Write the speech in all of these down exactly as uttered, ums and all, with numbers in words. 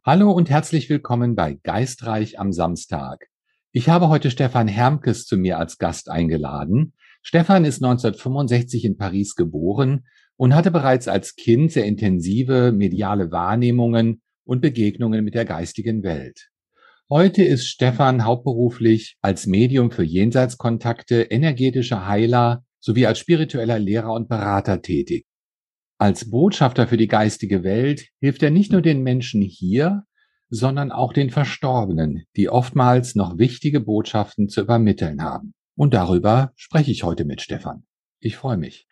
Hallo und herzlich willkommen bei Geistreich am Samstag. Ich habe heute Stefan Hermkes zu mir als Gast eingeladen. Stefan ist neunzehnhundertfünfundsechzig in Paris geboren und hatte bereits als Kind sehr intensive mediale Wahrnehmungen und Begegnungen mit der geistigen Welt. Heute ist Stefan hauptberuflich als Medium für Jenseitskontakte, energetischer Heiler sowie als spiritueller Lehrer und Berater tätig. Als Botschafter für die geistige Welt hilft er nicht nur den Menschen hier, sondern auch den Verstorbenen, die oftmals noch wichtige Botschaften zu übermitteln haben. Und darüber spreche ich heute mit Stefan. Ich freue mich.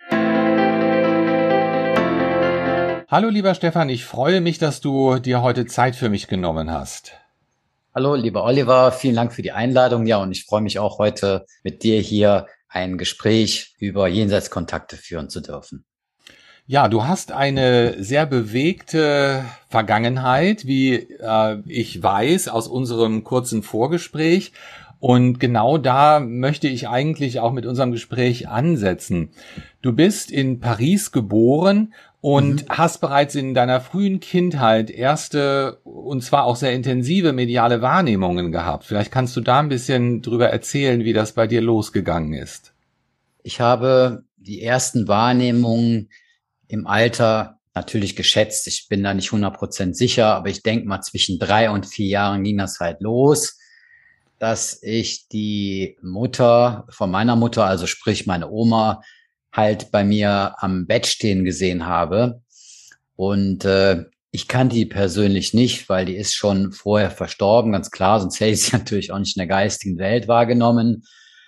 Hallo lieber Stefan, ich freue mich, dass du dir heute Zeit für mich genommen hast. Hallo lieber Oliver, vielen Dank für die Einladung. Ja, und ich freue mich auch heute mit dir hier ein Gespräch über Jenseitskontakte führen zu dürfen. Ja, du hast eine sehr bewegte Vergangenheit, wie äh, ich weiß aus unserem kurzen Vorgespräch. Und genau da möchte ich eigentlich auch mit unserem Gespräch ansetzen. Du bist in Paris geboren und mhm. hast bereits in deiner frühen Kindheit erste und zwar auch sehr intensive mediale Wahrnehmungen gehabt. Vielleicht kannst du da ein bisschen drüber erzählen, wie das bei dir losgegangen ist. Ich habe die ersten Wahrnehmungen im Alter natürlich geschätzt. Ich bin da nicht hundert Prozent sicher, aber ich denke mal, zwischen drei und vier Jahren ging das halt los, dass ich die Mutter von meiner Mutter, also sprich meine Oma, halt bei mir am Bett stehen gesehen habe. Und äh, ich kannte die persönlich nicht, weil die ist schon vorher verstorben, ganz klar, sonst hätte ich sie natürlich auch nicht in der geistigen Welt wahrgenommen.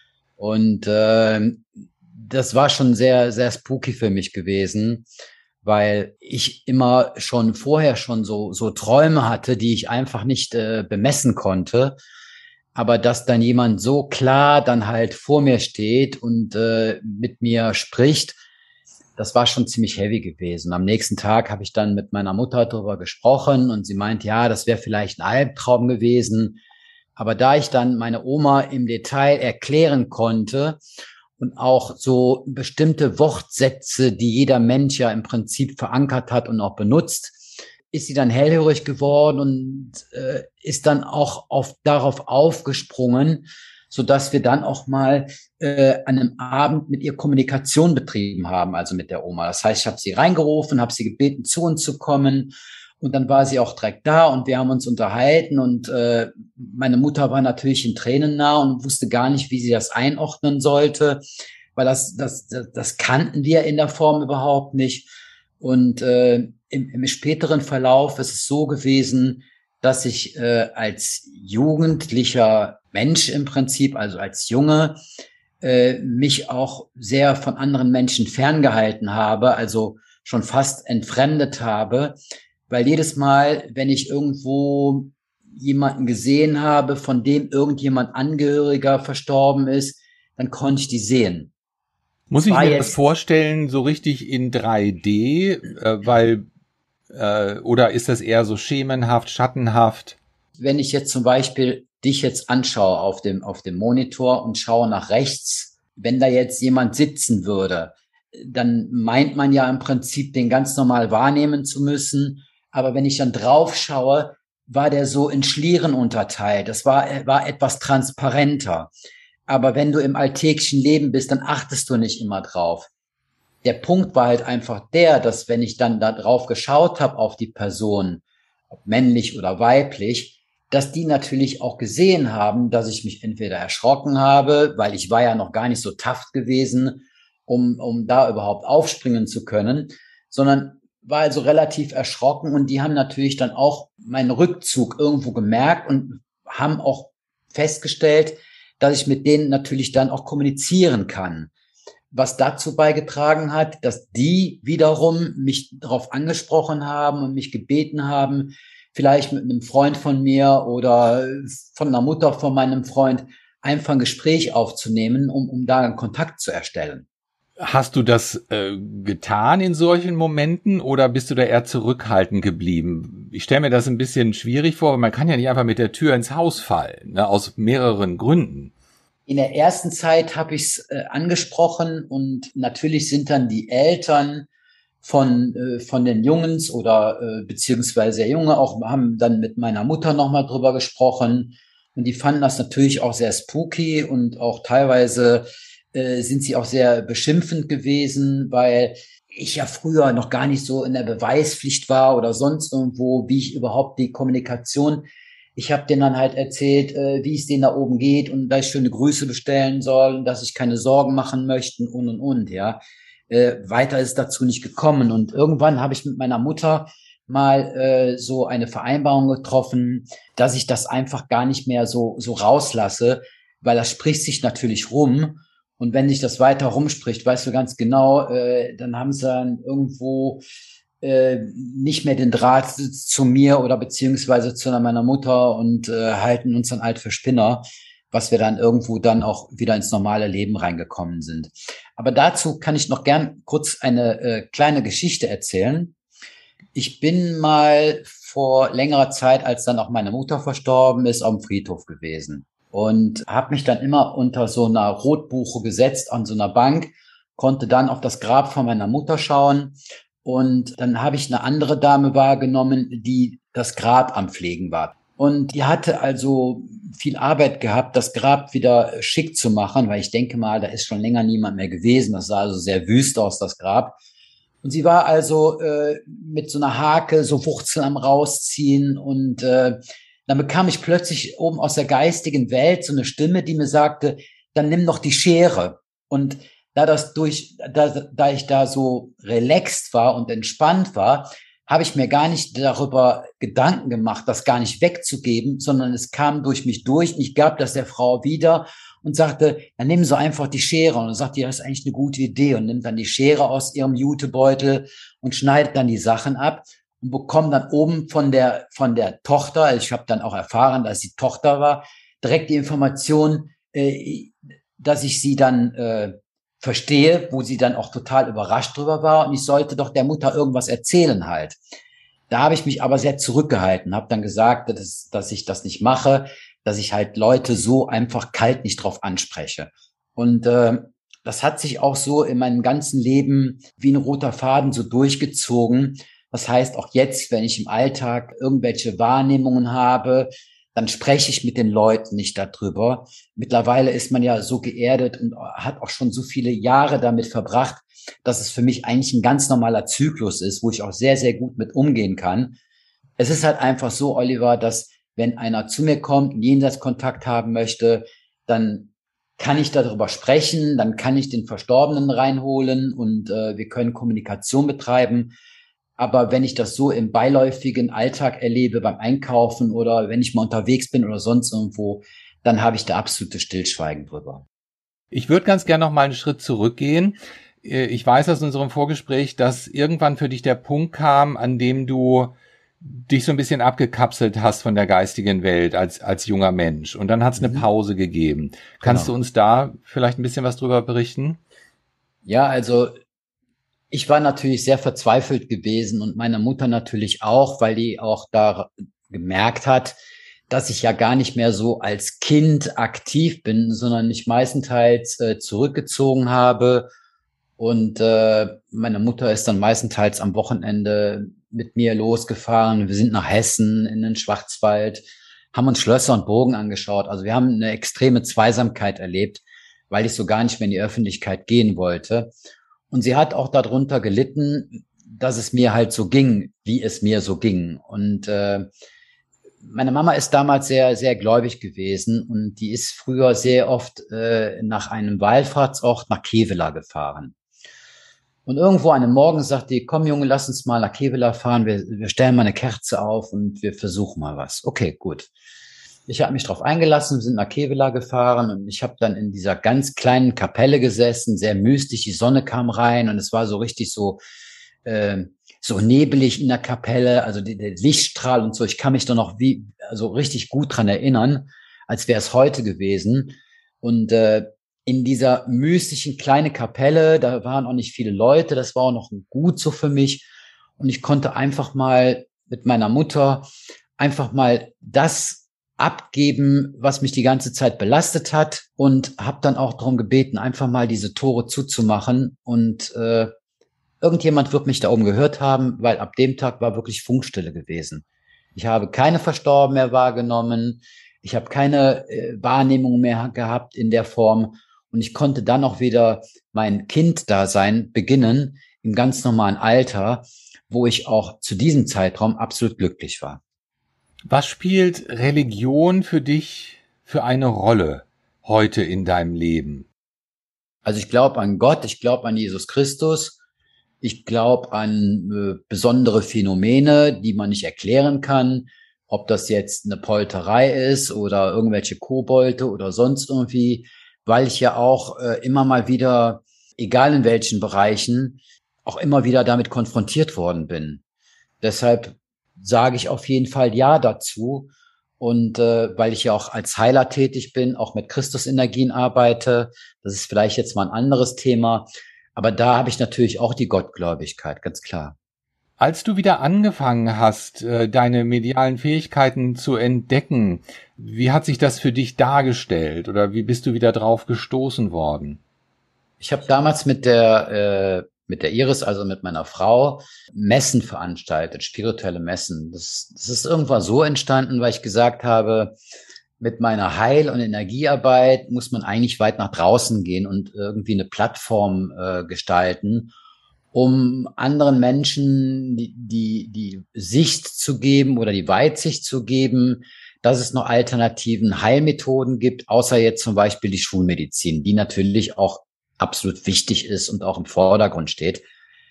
Und äh, das war schon sehr, sehr spooky für mich gewesen, weil ich immer schon vorher schon so, so Träume hatte, die ich einfach nicht äh, bemessen konnte. Aber dass dann jemand so klar dann halt vor mir steht und äh, mit mir spricht, das war schon ziemlich heavy gewesen. Am nächsten Tag habe ich dann mit meiner Mutter darüber gesprochen und sie meint, ja, das wäre vielleicht ein Albtraum gewesen. Aber da ich dann meine Oma im Detail erklären konnte und auch so bestimmte Wortsätze, die jeder Mensch ja im Prinzip verankert hat und auch benutzt, ist sie dann hellhörig geworden und äh, ist dann auch auf, darauf aufgesprungen, so dass wir dann auch mal äh, an einem Abend mit ihr Kommunikation betrieben haben, also mit der Oma. Das heißt, ich habe sie reingerufen, habe sie gebeten, zu uns zu kommen. Und dann war sie auch direkt da und wir haben uns unterhalten und äh, meine Mutter war natürlich in Tränen nah und wusste gar nicht, wie sie das einordnen sollte, weil das, das, das, das kannten wir in der Form überhaupt nicht. Und äh, im, im späteren Verlauf ist es so gewesen, dass ich äh, als jugendlicher Mensch im Prinzip, also als Junge, äh, mich auch sehr von anderen Menschen ferngehalten habe, also schon fast entfremdet habe, weil jedes Mal, wenn ich irgendwo jemanden gesehen habe, von dem irgendjemand Angehöriger verstorben ist, dann konnte ich die sehen. Muss ich mir das vorstellen, so richtig in drei D, äh, weil äh, oder ist das eher so schemenhaft, schattenhaft? Wenn ich jetzt zum Beispiel dich jetzt anschaue auf dem auf dem Monitor und schaue nach rechts, wenn da jetzt jemand sitzen würde, dann meint man ja im Prinzip, den ganz normal wahrnehmen zu müssen. Aber wenn ich dann drauf schaue, war der so in Schlieren unterteilt. Das war, war etwas transparenter. Aber wenn du im alltäglichen Leben bist, dann achtest du nicht immer drauf. Der Punkt war halt einfach der, dass wenn ich dann da drauf geschaut habe auf die Person, ob männlich oder weiblich, dass die natürlich auch gesehen haben, dass ich mich entweder erschrocken habe, weil ich war ja noch gar nicht so tough gewesen, um, um da überhaupt aufspringen zu können, sondern war also relativ erschrocken und die haben natürlich dann auch meinen Rückzug irgendwo gemerkt und haben auch festgestellt, dass ich mit denen natürlich dann auch kommunizieren kann. Was dazu beigetragen hat, dass die wiederum mich darauf angesprochen haben und mich gebeten haben, vielleicht mit einem Freund von mir oder von einer Mutter von meinem Freund einfach ein Gespräch aufzunehmen, um, um da einen Kontakt zu erstellen. Hast du das äh, getan in solchen Momenten oder bist du da eher zurückhaltend geblieben? Ich stelle mir das ein bisschen schwierig vor, weil man kann ja nicht einfach mit der Tür ins Haus fallen, ne, aus mehreren Gründen. In der ersten Zeit habe ich es äh, angesprochen und natürlich sind dann die Eltern von äh, von den Jungs oder äh, beziehungsweise der Junge auch haben dann mit meiner Mutter nochmal drüber gesprochen und die fanden das natürlich auch sehr spooky und auch teilweise äh, sind sie auch sehr beschimpfend gewesen, weil ich ja früher noch gar nicht so in der Beweispflicht war oder sonst irgendwo, wie ich überhaupt die Kommunikation. Ich habe denen dann halt erzählt, äh, wie es denen da oben geht und dass ich schöne Grüße bestellen soll und dass ich keine Sorgen machen möchte und und und, ja. Äh, weiter ist dazu nicht gekommen und irgendwann habe ich mit meiner Mutter mal äh, so eine Vereinbarung getroffen, dass ich das einfach gar nicht mehr so so rauslasse, weil das spricht sich natürlich rum. Und wenn sich das weiter rumspricht, weißt du ganz genau, äh, dann haben sie dann irgendwo äh, nicht mehr den Draht zu mir oder beziehungsweise zu meiner Mutter und äh, halten uns dann halt für Spinner, was wir dann irgendwo dann auch wieder ins normale Leben reingekommen sind. Aber dazu kann ich noch gern kurz eine äh, kleine Geschichte erzählen. Ich bin mal vor längerer Zeit, als dann auch meine Mutter verstorben ist, auf dem Friedhof gewesen. Und habe mich dann immer unter so einer Rotbuche gesetzt an so einer Bank, konnte dann auf das Grab von meiner Mutter schauen und dann habe ich eine andere Dame wahrgenommen, die das Grab am Pflegen war. Und die hatte also viel Arbeit gehabt, das Grab wieder schick zu machen, weil ich denke mal, da ist schon länger niemand mehr gewesen. Das sah also sehr wüst aus, das Grab. Und sie war also äh, mit so einer Hake so Wurzeln am rausziehen und äh, dann bekam ich plötzlich oben aus der geistigen Welt so eine Stimme, die mir sagte, dann nimm doch die Schere. Und da das durch, da, da ich da so relaxed war und entspannt war, habe ich mir gar nicht darüber Gedanken gemacht, das gar nicht wegzugeben, sondern es kam durch mich durch. Und ich gab das der Frau wieder und sagte, dann nimm so einfach die Schere. Und dann sagt die, das ist eigentlich eine gute Idee und nimmt dann die Schere aus ihrem Jutebeutel und schneidet dann die Sachen ab. Und bekomme dann oben von der von der Tochter, ich habe dann auch erfahren, dass sie Tochter war, direkt die Information, äh, dass ich sie dann äh, verstehe, wo sie dann auch total überrascht drüber war und ich sollte doch der Mutter irgendwas erzählen halt. Da habe ich mich aber sehr zurückgehalten, habe dann gesagt, dass, dass ich das nicht mache, dass ich halt Leute so einfach kalt nicht drauf anspreche. Und äh, das hat sich auch so in meinem ganzen Leben wie ein roter Faden so durchgezogen. Das heißt, auch jetzt, wenn ich im Alltag irgendwelche Wahrnehmungen habe, dann spreche ich mit den Leuten nicht darüber. Mittlerweile ist man ja so geerdet und hat auch schon so viele Jahre damit verbracht, dass es für mich eigentlich ein ganz normaler Zyklus ist, wo ich auch sehr, sehr gut mit umgehen kann. Es ist halt einfach so, Oliver, dass wenn einer zu mir kommt und Jenseitskontakt haben möchte, dann kann ich darüber sprechen, dann kann ich den Verstorbenen reinholen und äh, wir können Kommunikation betreiben. Aber wenn ich das so im beiläufigen Alltag erlebe, beim Einkaufen oder wenn ich mal unterwegs bin oder sonst irgendwo, dann habe ich da absolute Stillschweigen drüber. Ich würde ganz gerne noch mal einen Schritt zurückgehen. Ich weiß aus unserem Vorgespräch, dass irgendwann für dich der Punkt kam, an dem du dich so ein bisschen abgekapselt hast von der geistigen Welt als als junger Mensch. Und dann hat es eine Pause gegeben. Kannst Genau. du uns da vielleicht ein bisschen was drüber berichten? Ja, also ich war natürlich sehr verzweifelt gewesen und meine Mutter natürlich auch, weil die auch da gemerkt hat, dass ich ja gar nicht mehr so als Kind aktiv bin, sondern mich meistenteils äh, zurückgezogen habe. Und äh, meine Mutter ist dann meistenteils am Wochenende mit mir losgefahren. Wir sind nach Hessen in den Schwarzwald, haben uns Schlösser und Burgen angeschaut. Also wir haben eine extreme Zweisamkeit erlebt, weil ich so gar nicht mehr in die Öffentlichkeit gehen wollte. Und sie hat auch darunter gelitten, dass es mir halt so ging, wie es mir so ging. Und äh, meine Mama ist damals sehr, sehr gläubig gewesen und die ist früher sehr oft äh, nach einem Wallfahrtsort nach Kevela gefahren. Und irgendwo einen Morgen sagt die, komm Junge, lass uns mal nach Kevela fahren, wir, wir stellen mal eine Kerze auf und wir versuchen mal was. Okay, gut. Ich habe mich darauf eingelassen, sind nach Kevela gefahren und ich habe dann in dieser ganz kleinen Kapelle gesessen, sehr mystisch, die Sonne kam rein und es war so richtig so äh, so nebelig in der Kapelle, also die, der Lichtstrahl und so. Ich kann mich da noch wie also richtig gut dran erinnern, als wäre es heute gewesen. Und äh, in dieser mystischen kleinen Kapelle, da waren auch nicht viele Leute, das war auch noch gut so für mich. Und ich konnte einfach mal mit meiner Mutter einfach mal das abgeben, was mich die ganze Zeit belastet hat und habe dann auch darum gebeten, einfach mal diese Tore zuzumachen und äh, irgendjemand wird mich da oben gehört haben, weil ab dem Tag war wirklich Funkstille gewesen. Ich habe keine Verstorbenen mehr wahrgenommen. Ich habe keine äh, Wahrnehmung mehr gehabt in der Form. Und ich konnte dann auch wieder mein Kinddasein beginnen im ganz normalen Alter, wo ich auch zu diesem Zeitraum absolut glücklich war. Was spielt Religion für dich für eine Rolle heute in deinem Leben? Also ich glaube an Gott, ich glaube an Jesus Christus, ich glaube an äh, besondere Phänomene, die man nicht erklären kann, ob das jetzt eine Polterei ist oder irgendwelche Kobolde oder sonst irgendwie, weil ich ja auch äh, immer mal wieder, egal in welchen Bereichen, auch immer wieder damit konfrontiert worden bin. Deshalb sage ich auf jeden Fall Ja dazu. Und äh, weil ich ja auch als Heiler tätig bin, auch mit Christusenergien arbeite, das ist vielleicht jetzt mal ein anderes Thema, aber da habe ich natürlich auch die Gottgläubigkeit, ganz klar. Als du wieder angefangen hast, deine medialen Fähigkeiten zu entdecken, wie hat sich das für dich dargestellt oder wie bist du wieder drauf gestoßen worden? Ich habe damals mit der äh, mit der Iris, also mit meiner Frau, Messen veranstaltet, spirituelle Messen. Das, das ist irgendwann so entstanden, weil ich gesagt habe, mit meiner Heil- und Energiearbeit muss man eigentlich weit nach draußen gehen und irgendwie eine Plattform äh, gestalten, um anderen Menschen die, die, die Sicht zu geben oder die Weitsicht zu geben, dass es noch alternativen Heilmethoden gibt, außer jetzt zum Beispiel die Schulmedizin, die natürlich auch absolut wichtig ist und auch im Vordergrund steht.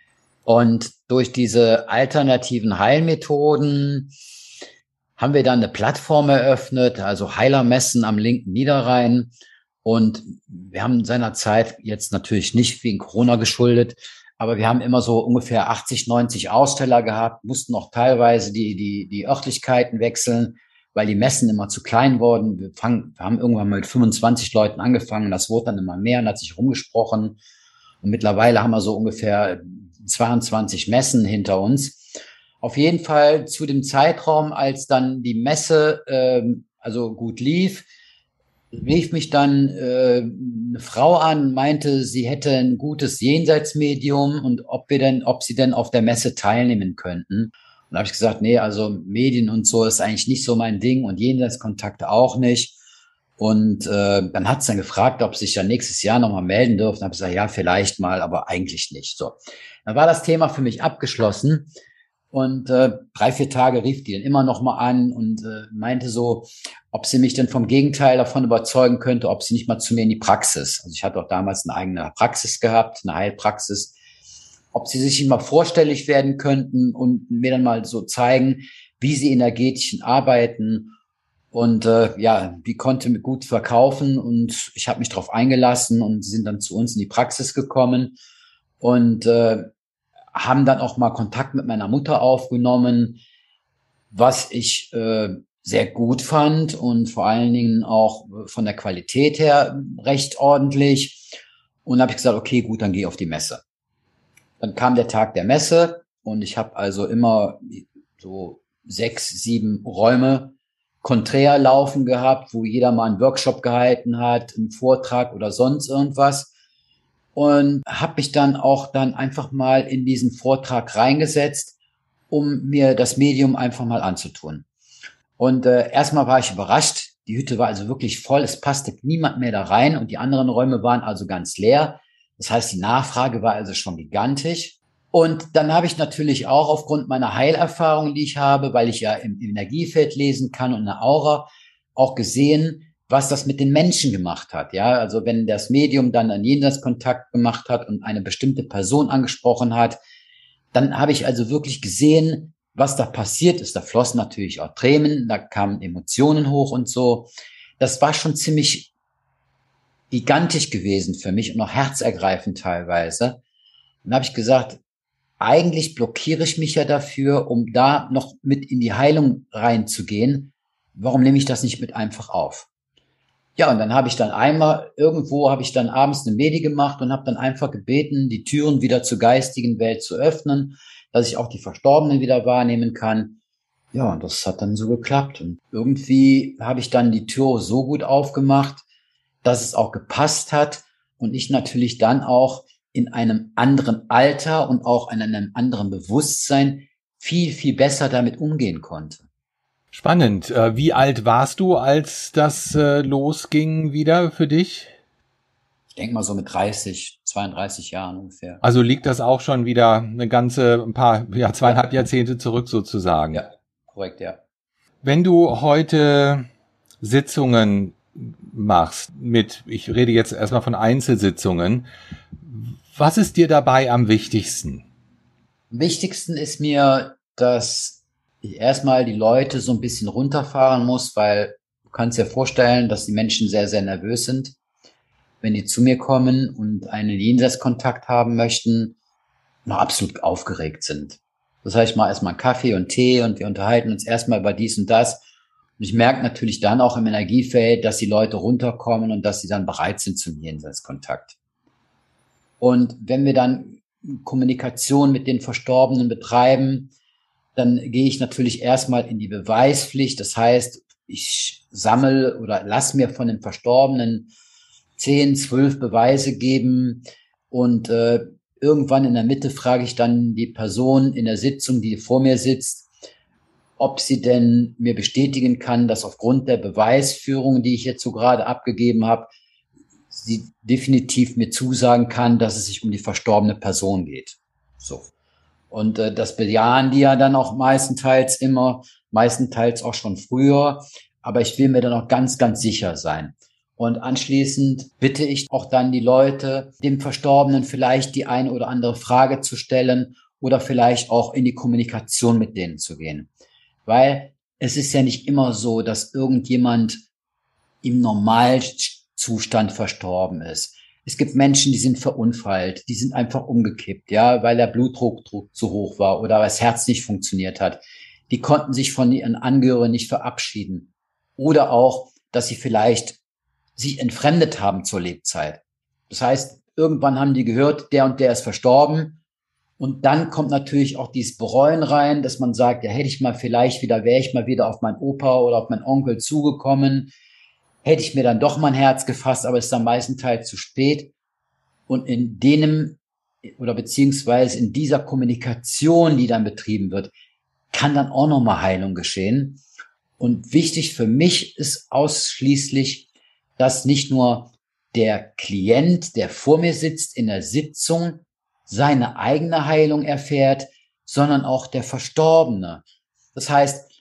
Und durch diese alternativen Heilmethoden haben wir dann eine Plattform eröffnet, also Heilermessen am linken Niederrhein. Und wir haben seinerzeit jetzt natürlich nicht wegen Corona geschuldet, aber wir haben immer so ungefähr achtzig, neunzig Aussteller gehabt, mussten auch teilweise die, die, die Örtlichkeiten wechseln, weil die Messen immer zu klein wurden. Wir, fangen, wir haben irgendwann mal mit fünfundzwanzig Leuten angefangen, das wurde dann immer mehr und hat sich rumgesprochen. Und mittlerweile haben wir so ungefähr zweiundzwanzig Messen hinter uns. Auf jeden Fall zu dem Zeitraum, als dann die Messe ähm, also gut lief, rief mich dann äh, eine Frau an, meinte, sie hätte ein gutes Jenseitsmedium und ob wir denn, ob sie denn auf der Messe teilnehmen könnten. Und da habe ich gesagt, nee, also Medien und so ist eigentlich nicht so mein Ding und Jenseitskontakte auch nicht. Und äh, dann hat sie dann gefragt, ob sie sich ja nächstes Jahr nochmal melden dürfen. Da habe ich gesagt, ja, vielleicht mal, aber eigentlich nicht. So, dann war das Thema für mich abgeschlossen. Und äh, drei, vier Tage rief die dann immer noch mal an und äh, meinte so, ob sie mich denn vom Gegenteil davon überzeugen könnte, ob sie nicht mal zu mir in die Praxis. Also ich hatte auch damals eine eigene Praxis gehabt, eine Heilpraxis. Ob sie sich mal vorstellig werden könnten und mir dann mal so zeigen, wie sie energetisch arbeiten. Und äh, ja, die konnte mir gut verkaufen und ich habe mich darauf eingelassen und sie sind dann zu uns in die Praxis gekommen und äh, haben dann auch mal Kontakt mit meiner Mutter aufgenommen, was ich äh, sehr gut fand und vor allen Dingen auch von der Qualität her recht ordentlich. Und da habe ich gesagt, okay, gut, dann gehe ich auf die Messe. Dann kam der Tag der Messe und ich habe also immer so sechs, sieben Räume konträr laufen gehabt, wo jeder mal einen Workshop gehalten hat, einen Vortrag oder sonst irgendwas. Und habe mich dann auch dann einfach mal in diesen Vortrag reingesetzt, um mir das Medium einfach mal anzutun. Und äh, erstmal war ich überrascht. Die Hütte war also wirklich voll. Es passte niemand mehr da rein und die anderen Räume waren also ganz leer. Das heißt, die Nachfrage war also schon gigantisch. Und dann habe ich natürlich auch aufgrund meiner Heilerfahrung, die ich habe, weil ich ja im Energiefeld lesen kann und eine Aura, auch gesehen, was das mit den Menschen gemacht hat. Ja, also wenn das Medium dann einen Jenseitskontakt gemacht hat und eine bestimmte Person angesprochen hat, dann habe ich also wirklich gesehen, was da passiert ist. Da flossen natürlich auch Tränen, da kamen Emotionen hoch und so. Das war schon ziemlich gigantisch gewesen für mich und auch herzergreifend teilweise. Dann habe ich gesagt, eigentlich blockiere ich mich ja dafür, um da noch mit in die Heilung reinzugehen. Warum nehme ich das nicht mit einfach auf? Ja, und dann habe ich dann einmal, irgendwo habe ich dann abends eine Medi gemacht und habe dann einfach gebeten, die Türen wieder zur geistigen Welt zu öffnen, dass ich auch die Verstorbenen wieder wahrnehmen kann. Ja, und das hat dann so geklappt. Und irgendwie habe ich dann die Tür so gut aufgemacht, dass es auch gepasst hat und ich natürlich dann auch in einem anderen Alter und auch in einem anderen Bewusstsein viel, viel besser damit umgehen konnte. Spannend. Wie alt warst du, als das losging wieder für dich? Ich denke mal so mit dreißig, zweiunddreißig Jahren ungefähr. Also liegt das auch schon wieder eine ganze, ein paar, ja, zweieinhalb ja. Jahrzehnte zurück sozusagen. Ja, korrekt, ja. Wenn du heute Sitzungen machst mit, ich rede jetzt erstmal von Einzelsitzungen, was ist dir dabei am wichtigsten? Am wichtigsten ist mir, dass ich erstmal die Leute so ein bisschen runterfahren muss, weil du kannst dir vorstellen, dass die Menschen sehr, sehr nervös sind, wenn die zu mir kommen und einen Jenseitskontakt haben möchten, noch absolut aufgeregt sind. Das heißt, ich mache erstmal einen Kaffee und Tee und wir unterhalten uns erstmal über dies und das. Und ich merke natürlich dann auch im Energiefeld, dass die Leute runterkommen und dass sie dann bereit sind zum Jenseitskontakt. Und wenn wir dann Kommunikation mit den Verstorbenen betreiben, dann gehe ich natürlich erstmal in die Beweispflicht. Das heißt, ich sammle oder lass mir von den Verstorbenen zehn, zwölf Beweise geben und äh, irgendwann in der Mitte frage ich dann die Person in der Sitzung, die vor mir sitzt, ob sie denn mir bestätigen kann, dass aufgrund der Beweisführung, die ich jetzt so gerade abgegeben habe, sie definitiv mir zusagen kann, dass es sich um die verstorbene Person geht. So. Und äh, das bejahen die ja dann auch meistenteils immer, meistenteils auch schon früher. Aber ich will mir dann auch ganz, ganz sicher sein. Und anschließend bitte ich auch dann die Leute, dem Verstorbenen vielleicht die eine oder andere Frage zu stellen oder vielleicht auch in die Kommunikation mit denen zu gehen. Weil es ist ja nicht immer so, dass irgendjemand im Normalzustand verstorben ist. Es gibt Menschen, die sind verunfallt, die sind einfach umgekippt, ja, weil der Blutdruck zu hoch war oder weil das Herz nicht funktioniert hat. Die konnten sich von ihren Angehörigen nicht verabschieden. Oder auch, dass sie vielleicht sich entfremdet haben zur Lebzeit. Das heißt, irgendwann haben die gehört, der und der ist verstorben. Und dann kommt natürlich auch dieses Bereuen rein, dass man sagt, ja, hätte ich mal vielleicht wieder, wäre ich mal wieder auf meinen Opa oder auf meinen Onkel zugekommen, hätte ich mir dann doch mein Herz gefasst, aber es ist dann meistenteils zu spät. Und in dem oder beziehungsweise in dieser Kommunikation, die dann betrieben wird, kann dann auch nochmal Heilung geschehen. Und wichtig für mich ist ausschließlich, dass nicht nur der Klient, der vor mir sitzt in der Sitzung, seine eigene Heilung erfährt, sondern auch der Verstorbene. Das heißt,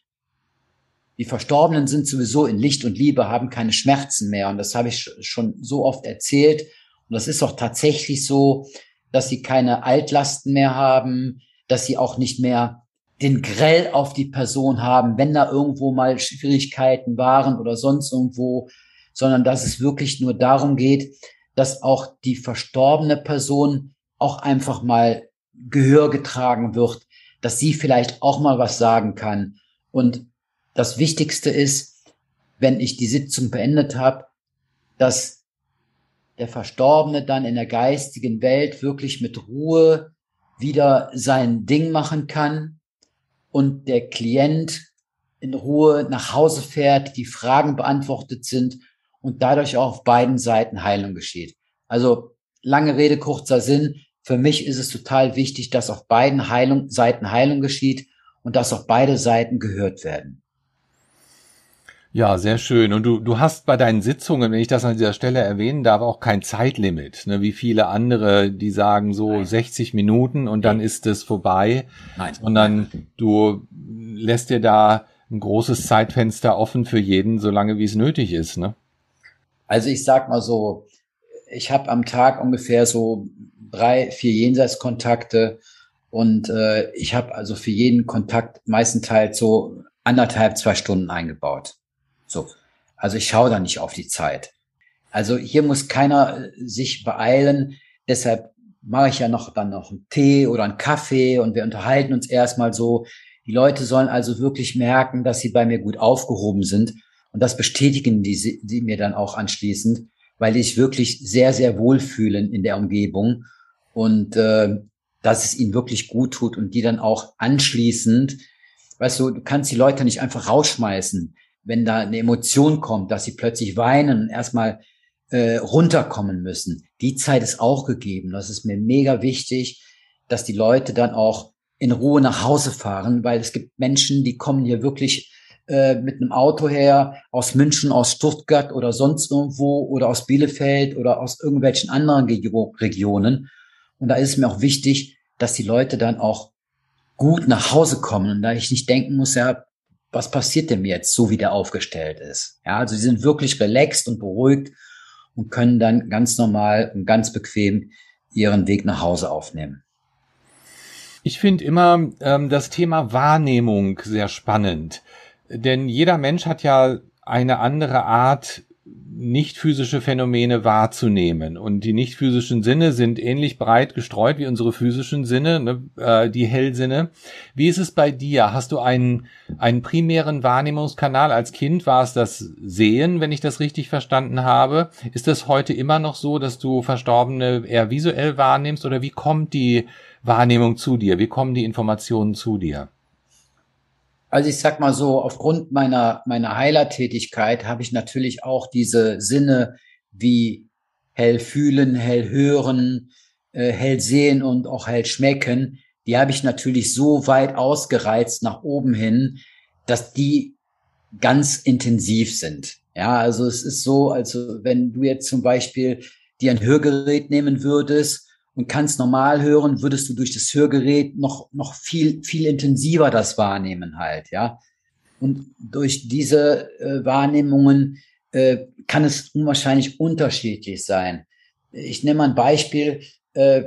die Verstorbenen sind sowieso in Licht und Liebe, haben keine Schmerzen mehr. Und das habe ich schon so oft erzählt. Und das ist auch tatsächlich so, dass sie keine Altlasten mehr haben, dass sie auch nicht mehr den Grell auf die Person haben, wenn da irgendwo mal Schwierigkeiten waren oder sonst irgendwo, sondern dass es wirklich nur darum geht, dass auch die verstorbene Person auch einfach mal Gehör getragen wird, dass sie vielleicht auch mal was sagen kann. Und das Wichtigste ist, wenn ich die Sitzung beendet habe, dass der Verstorbene dann in der geistigen Welt wirklich mit Ruhe wieder sein Ding machen kann und der Klient in Ruhe nach Hause fährt, die Fragen beantwortet sind und dadurch auch auf beiden Seiten Heilung geschieht. Also lange Rede, kurzer Sinn. Für mich ist es total wichtig, dass auf beiden Heilung, Seiten Heilung geschieht und dass auch beide Seiten gehört werden. Ja, sehr schön. Und du, du hast bei deinen Sitzungen, wenn ich das an dieser Stelle erwähnen darf, auch kein Zeitlimit, ne, wie viele andere, die sagen so Nein. sechzig Minuten und dann Nein. ist es vorbei. Nein. Sondern du lässt dir da ein großes Zeitfenster offen für jeden, solange wie es nötig ist, ne? Also ich sag mal so, ich habe am Tag ungefähr so drei, vier Jenseitskontakte und äh, ich habe also für jeden Kontakt meistenteils so anderthalb, zwei Stunden eingebaut. So, also ich schaue da nicht auf die Zeit. Also hier muss keiner sich beeilen. Deshalb mache ich ja noch dann noch einen Tee oder einen Kaffee und wir unterhalten uns erstmal so. Die Leute sollen also wirklich merken, dass sie bei mir gut aufgehoben sind. Und das bestätigen die, die mir dann auch anschließend, weil die sich wirklich sehr, sehr wohlfühlen in der Umgebung und äh, dass es ihnen wirklich gut tut und die dann auch anschließend, weißt du, du kannst die Leute nicht einfach rausschmeißen, wenn da eine Emotion kommt, dass sie plötzlich weinen und erstmal äh, runterkommen müssen. Die Zeit ist auch gegeben. Das ist mir mega wichtig, dass die Leute dann auch in Ruhe nach Hause fahren, weil es gibt Menschen, die kommen hier wirklich äh, mit einem Auto her, aus München, aus Stuttgart oder sonst irgendwo oder aus Bielefeld oder aus irgendwelchen anderen Geo- Regionen. Und da ist es mir auch wichtig, dass die Leute dann auch gut nach Hause kommen und da ich nicht denken muss, ja, was passiert denn mir jetzt, so wie der aufgestellt ist? Ja, also sie sind wirklich relaxed und beruhigt und können dann ganz normal und ganz bequem ihren Weg nach Hause aufnehmen. Ich finde immer ähm, das Thema Wahrnehmung sehr spannend, denn jeder Mensch hat ja eine andere Art, nicht physische Phänomene wahrzunehmen. Und die nicht physischen Sinne sind ähnlich breit gestreut wie unsere physischen Sinne, ne, äh, die Hellsinne. Wie ist es bei dir? Hast du einen, einen primären Wahrnehmungskanal? Als Kind war es das Sehen, wenn ich das richtig verstanden habe. Ist das heute immer noch so, dass du Verstorbene eher visuell wahrnimmst? Oder wie kommt die Wahrnehmung zu dir? Wie kommen die Informationen zu dir? Also ich sag mal so, aufgrund meiner, meiner Heilertätigkeit habe ich natürlich auch diese Sinne wie hell fühlen, hell hören, äh, hell sehen und auch hell schmecken. Die habe ich natürlich so weit ausgereizt nach oben hin, dass die ganz intensiv sind. Ja, also es ist so, also wenn du jetzt zum Beispiel dir ein Hörgerät nehmen würdest und kannst normal hören, würdest du durch das Hörgerät noch, noch viel, viel intensiver das wahrnehmen halt, ja. Und durch diese äh, Wahrnehmungen äh, kann es unwahrscheinlich unterschiedlich sein. Ich nehme mal ein Beispiel. Äh,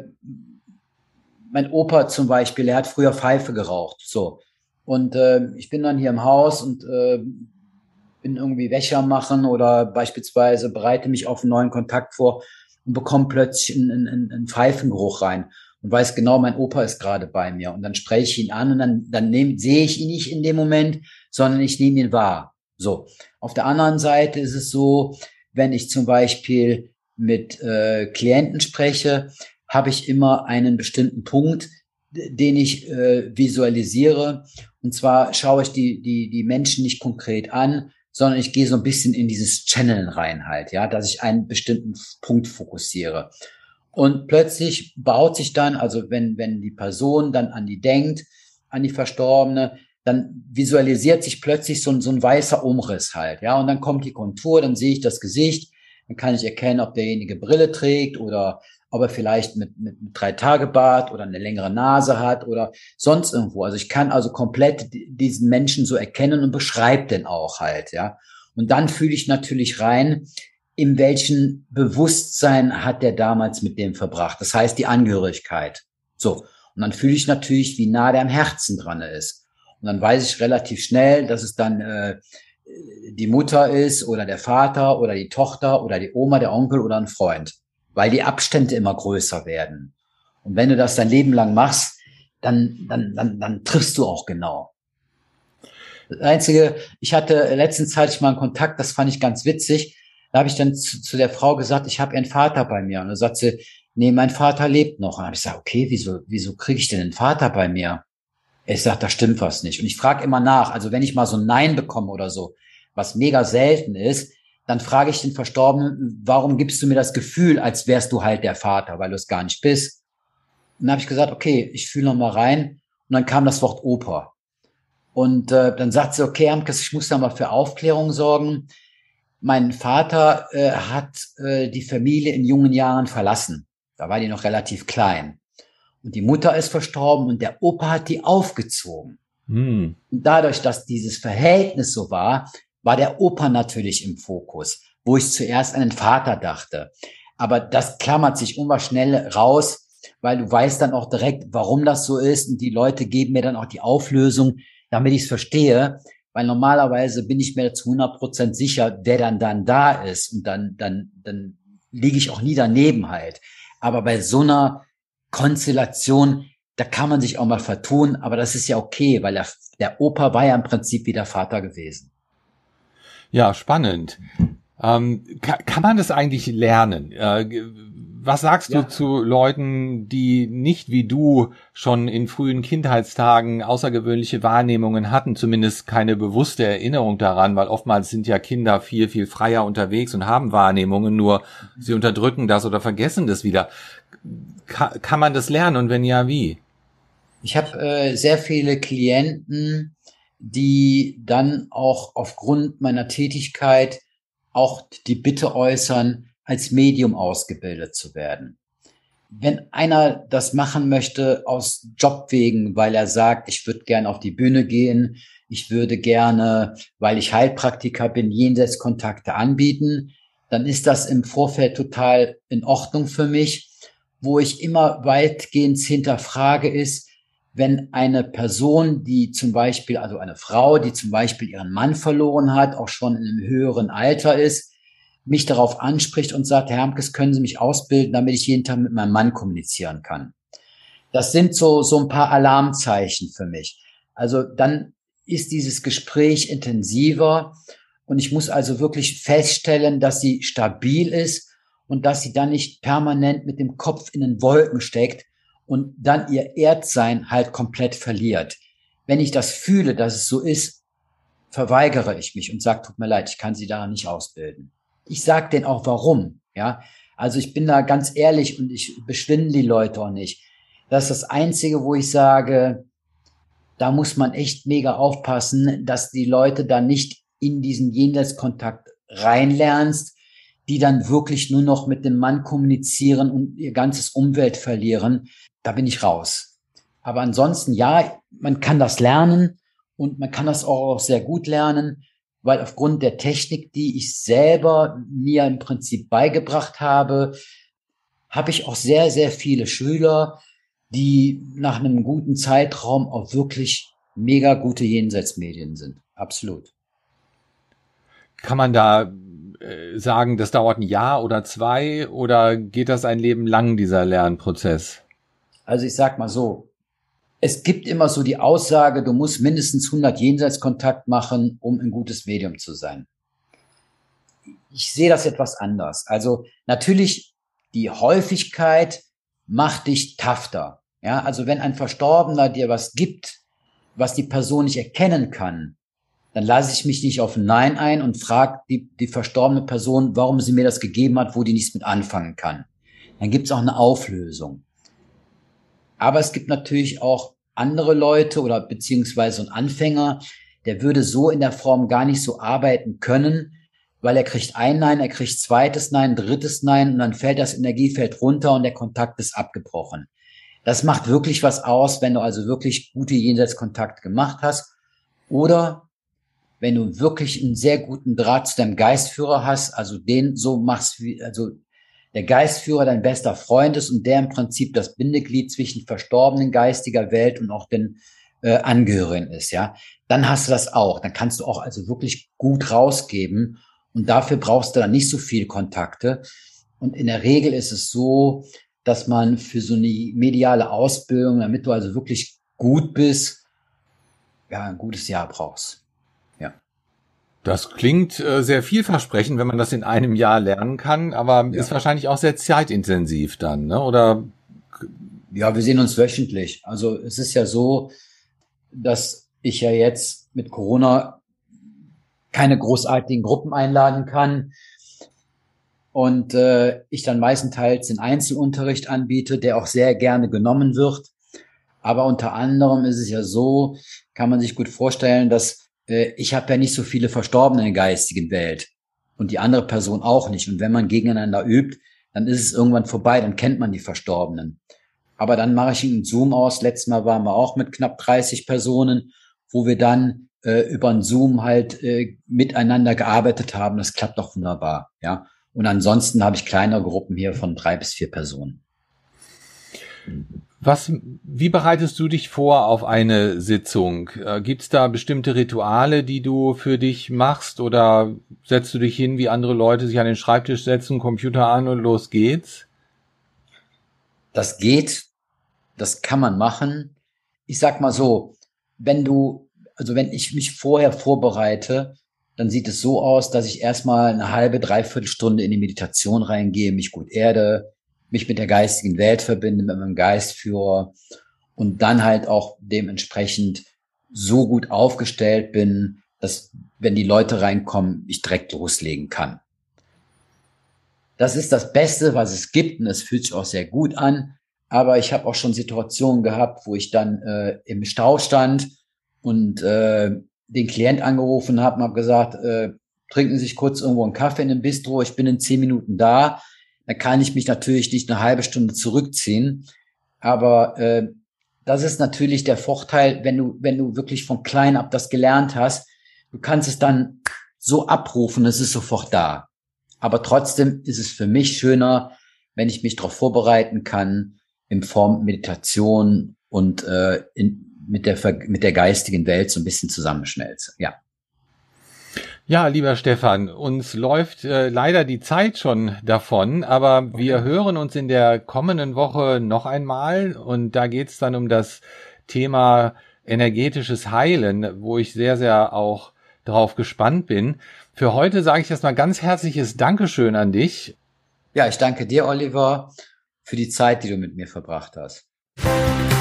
mein Opa zum Beispiel, er hat früher Pfeife geraucht, so. Und äh, ich bin dann hier im Haus und äh, bin irgendwie Wäsche machen oder beispielsweise bereite mich auf einen neuen Kontakt vor und bekomme plötzlich einen, einen, einen Pfeifengeruch rein und weiß genau, mein Opa ist gerade bei mir. Und dann spreche ich ihn an und dann, dann nehm, sehe ich ihn nicht in dem Moment, sondern ich nehme ihn wahr. So. Auf der anderen Seite ist es so, wenn ich zum Beispiel mit äh, Klienten spreche, habe ich immer einen bestimmten Punkt, den ich äh, visualisiere. Und zwar schaue ich die, die, die Menschen nicht konkret an, sondern ich gehe so ein bisschen in dieses Channeln rein halt, ja, dass ich einen bestimmten Punkt fokussiere. Und plötzlich baut sich dann, also wenn, wenn die Person dann an die denkt, an die Verstorbene, dann visualisiert sich plötzlich so ein, so ein weißer Umriss halt, ja, und dann kommt die Kontur, dann sehe ich das Gesicht, dann kann ich erkennen, ob derjenige Brille trägt oder ob er vielleicht mit, mit, mit drei Tage Bart oder eine längere Nase hat oder sonst irgendwo. Also ich kann also komplett diesen Menschen so erkennen und beschreibe den auch halt, ja. Und dann fühle ich natürlich rein, in welchen Bewusstsein hat der damals mit dem verbracht. Das heißt, die Angehörigkeit. So. Und dann fühle ich natürlich, wie nah der am Herzen dran ist. Und dann weiß ich relativ schnell, dass es dann äh, die Mutter ist oder der Vater oder die Tochter oder die Oma, der Onkel oder ein Freund. Weil die Abstände immer größer werden. Und wenn du das dein Leben lang machst, dann, dann, dann, dann triffst du auch genau. Das Einzige, ich hatte letztens hatte ich mal einen Kontakt, das fand ich ganz witzig. Da habe ich dann zu, zu der Frau gesagt, ich habe ihren Vater bei mir. Und dann sagt sie, nee, mein Vater lebt noch. Und dann habe ich gesagt, okay, wieso, wieso kriege ich denn den Vater bei mir? Ich sage, da stimmt was nicht. Und ich frage immer nach. Also wenn ich mal so ein Nein bekomme oder so, was mega selten ist, dann frage ich den Verstorbenen, warum gibst du mir das Gefühl, als wärst du halt der Vater, weil du es gar nicht bist? Und dann habe ich gesagt, okay, ich fühle noch mal rein. Und dann kam das Wort Opa. Und äh, dann sagt sie, okay, Amkes, ich muss da mal für Aufklärung sorgen. Mein Vater äh, hat äh, die Familie in jungen Jahren verlassen. Da war die noch relativ klein. Und die Mutter ist verstorben und der Opa hat die aufgezogen. Hm. Und dadurch, dass dieses Verhältnis so war, war der Opa natürlich im Fokus, wo ich zuerst an den Vater dachte. Aber das klammert sich unwahrscheinlich schnell raus, weil du weißt dann auch direkt, warum das so ist. Und die Leute geben mir dann auch die Auflösung, damit ich es verstehe. Weil normalerweise bin ich mir zu hundert Prozent sicher, wer dann dann da ist. Und dann, dann, dann liege ich auch nie daneben halt. Aber bei so einer Konstellation, da kann man sich auch mal vertun. Aber das ist ja okay, weil der, der Opa war ja im Prinzip wie der Vater gewesen. Ja, spannend. Ähm, kann, kann man das eigentlich lernen? Äh, Was sagst Ja. du zu Leuten, die nicht wie du schon in frühen Kindheitstagen außergewöhnliche Wahrnehmungen hatten, zumindest keine bewusste Erinnerung daran, weil oftmals sind ja Kinder viel, viel freier unterwegs und haben Wahrnehmungen, nur sie unterdrücken das oder vergessen das wieder. Ka- kann man das lernen und wenn ja, wie? Ich habe äh, sehr viele Klienten, die dann auch aufgrund meiner Tätigkeit auch die Bitte äußern, als Medium ausgebildet zu werden. Wenn einer das machen möchte aus Jobwegen, weil er sagt, ich würde gerne auf die Bühne gehen, ich würde gerne, weil ich Heilpraktiker bin, Jenseitskontakte anbieten, dann ist das im Vorfeld total in Ordnung für mich. Wo ich immer weitgehend hinterfrage ist, wenn eine Person, die zum Beispiel, also eine Frau, die zum Beispiel ihren Mann verloren hat, auch schon in einem höheren Alter ist, mich darauf anspricht und sagt, Herr Hermkes, können Sie mich ausbilden, damit ich jeden Tag mit meinem Mann kommunizieren kann. Das sind so, so ein paar Alarmzeichen für mich. Also dann ist dieses Gespräch intensiver und ich muss also wirklich feststellen, dass sie stabil ist und dass sie dann nicht permanent mit dem Kopf in den Wolken steckt und dann ihr Erdsein halt komplett verliert. Wenn ich das fühle, dass es so ist, verweigere ich mich und sage, tut mir leid, ich kann Sie daran nicht ausbilden. Ich sage denen auch, warum. Ja, also ich bin da ganz ehrlich und ich beschwinde die Leute auch nicht. Das ist das Einzige, wo ich sage, da muss man echt mega aufpassen, dass die Leute da nicht in diesen Jenseitskontakt reinlernst, die dann wirklich nur noch mit dem Mann kommunizieren und ihr ganzes Umfeld verlieren. Da bin ich raus. Aber ansonsten, ja, man kann das lernen und man kann das auch sehr gut lernen, weil aufgrund der Technik, die ich selber mir im Prinzip beigebracht habe, habe ich auch sehr, sehr viele Schüler, die nach einem guten Zeitraum auch wirklich mega gute Jenseitsmedien sind. Absolut. Kann man da äh, sagen, das dauert ein Jahr oder zwei oder geht das ein Leben lang, dieser Lernprozess? Also ich sag mal so, es gibt immer so die Aussage, du musst mindestens hundert Jenseitskontakt machen, um ein gutes Medium zu sein. Ich sehe das etwas anders. Also natürlich, die Häufigkeit macht dich tafter. Ja, also wenn ein Verstorbener dir was gibt, was die Person nicht erkennen kann, dann lasse ich mich nicht auf ein Nein ein und frage die, die verstorbene Person, warum sie mir das gegeben hat, wo die nichts mit anfangen kann. Dann gibt es auch eine Auflösung. Aber es gibt natürlich auch andere Leute oder beziehungsweise ein Anfänger, der würde so in der Form gar nicht so arbeiten können, weil er kriegt ein Nein, er kriegt zweites Nein, drittes Nein und dann fällt das Energiefeld runter und der Kontakt ist abgebrochen. Das macht wirklich was aus, wenn du also wirklich gute Jenseitskontakte gemacht hast oder wenn du wirklich einen sehr guten Draht zu deinem Geistführer hast, also den so machst, wie, also der Geistführer dein bester Freund ist und der im Prinzip das Bindeglied zwischen verstorbenen geistiger Welt und auch den äh, Angehörigen ist, ja, dann hast du das auch. Dann kannst du auch also wirklich gut rausgeben und dafür brauchst du dann nicht so viel Kontakte. Und in der Regel ist es so, dass man für so eine mediale Ausbildung, damit du also wirklich gut bist, ja, ein gutes Jahr brauchst. Das klingt äh, sehr vielversprechend, wenn man das in einem Jahr lernen kann, aber Ja. ist wahrscheinlich auch sehr zeitintensiv dann, ne? Oder? Ja, wir sehen uns wöchentlich. Also es ist ja so, dass ich ja jetzt mit Corona keine großartigen Gruppen einladen kann und äh, ich dann meistenteils den Einzelunterricht anbiete, der auch sehr gerne genommen wird. Aber unter anderem ist es ja so, kann man sich gut vorstellen, dass ich habe ja nicht so viele Verstorbene in der geistigen Welt und die andere Person auch nicht. Und wenn man gegeneinander übt, dann ist es irgendwann vorbei, dann kennt man die Verstorbenen. Aber dann mache ich einen Zoom aus. Letztes Mal waren wir auch mit knapp dreißig Personen, wo wir dann äh, über einen Zoom halt äh, miteinander gearbeitet haben. Das klappt doch wunderbar, ja. Und ansonsten habe ich kleinere Gruppen hier von drei bis vier Personen. Was, wie bereitest du dich vor auf eine Sitzung? Äh, gibt's da bestimmte Rituale, die du für dich machst oder setzt du dich hin, wie andere Leute sich an den Schreibtisch setzen, Computer an und los geht's? Das geht, das kann man machen. Ich sag mal so, wenn du, also wenn ich mich vorher vorbereite, dann sieht es so aus, dass ich erstmal eine halbe, dreiviertel Stunde in die Meditation reingehe, mich gut erde, mich mit der geistigen Welt verbinde, mit meinem Geistführer und dann halt auch dementsprechend so gut aufgestellt bin, dass, wenn die Leute reinkommen, ich direkt loslegen kann. Das ist das Beste, was es gibt, und es fühlt sich auch sehr gut an. Aber ich habe auch schon Situationen gehabt, wo ich dann äh, im Stau stand und äh, den Klient angerufen habe und habe gesagt, äh, trinken Sie sich kurz irgendwo einen Kaffee in einem Bistro, ich bin in zehn Minuten da. Da kann ich mich natürlich nicht eine halbe Stunde zurückziehen. Aber äh, das ist natürlich der Vorteil, wenn du, wenn du wirklich von klein ab das gelernt hast. Du kannst es dann so abrufen, es ist sofort da. Aber trotzdem ist es für mich schöner, wenn ich mich darauf vorbereiten kann, in Form Meditation und äh, in, mit der mit der geistigen Welt so ein bisschen zusammenschmelze. Ja. Ja, lieber Stefan, uns läuft äh, leider die Zeit schon davon, aber okay. Wir hören uns in der kommenden Woche noch einmal und da geht's dann um das Thema energetisches Heilen, wo ich sehr, sehr auch drauf gespannt bin. Für heute sage ich erstmal ganz herzliches Dankeschön an dich. Ja, ich danke dir, Oliver, für die Zeit, die du mit mir verbracht hast.